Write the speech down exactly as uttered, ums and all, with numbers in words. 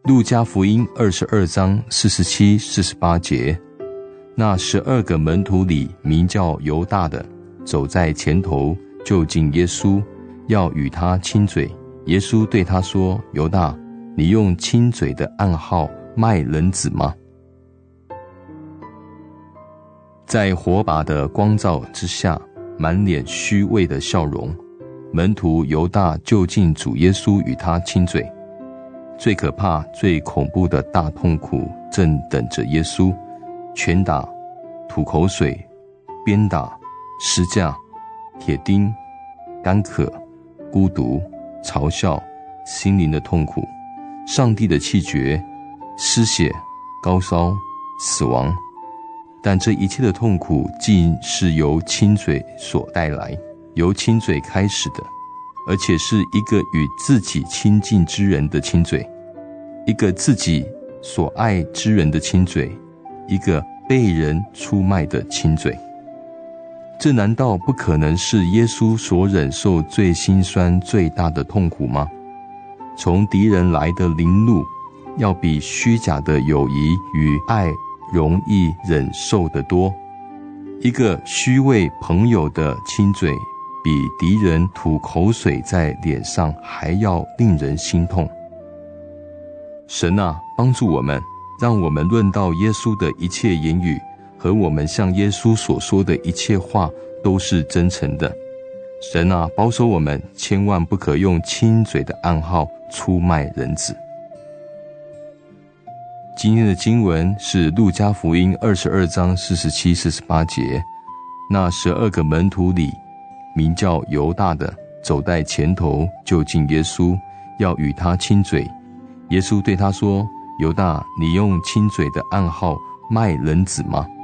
路加福音二十二章四十七、四十八节，那十二个门徒里名叫犹大的，走在前头，就近耶稣，要与他亲嘴。耶稣对他说：犹大，你用亲嘴的暗号卖人子吗？在火把的光照之下，满脸虚伪的笑容，门徒犹大就近主耶稣与他亲嘴。最可怕、最恐怖的大痛苦正等着耶稣，拳打、吐口水、鞭打、施架、铁钉、干渴、孤独、嘲笑、心灵的痛苦、上帝的气绝、失血、高烧、死亡。但这一切的痛苦竟是由亲嘴所带来，由亲嘴开始的，而且是一个与自己亲近之人的亲嘴，一个自己所爱之人的亲嘴，一个被人出卖的亲嘴。这难道不可能是耶稣所忍受最心酸最大的痛苦吗？从敌人来的凌辱，要比虚假的友谊与爱容易忍受得多。一个虚伪朋友的亲嘴，比敌人吐口水在脸上还要令人心痛。神啊，帮助我们，让我们论到耶稣的一切言语和我们向耶稣所说的一切话都是真诚的。神啊，保守我们，千万不可用亲嘴的暗号出卖人子。今天的经文是路加福音二十二章四十七、四十八节。那十二个门徒里名叫犹大的，走在前头，就近耶稣，要与他亲嘴。耶稣对他说：犹大，你用亲嘴的暗号卖人子吗？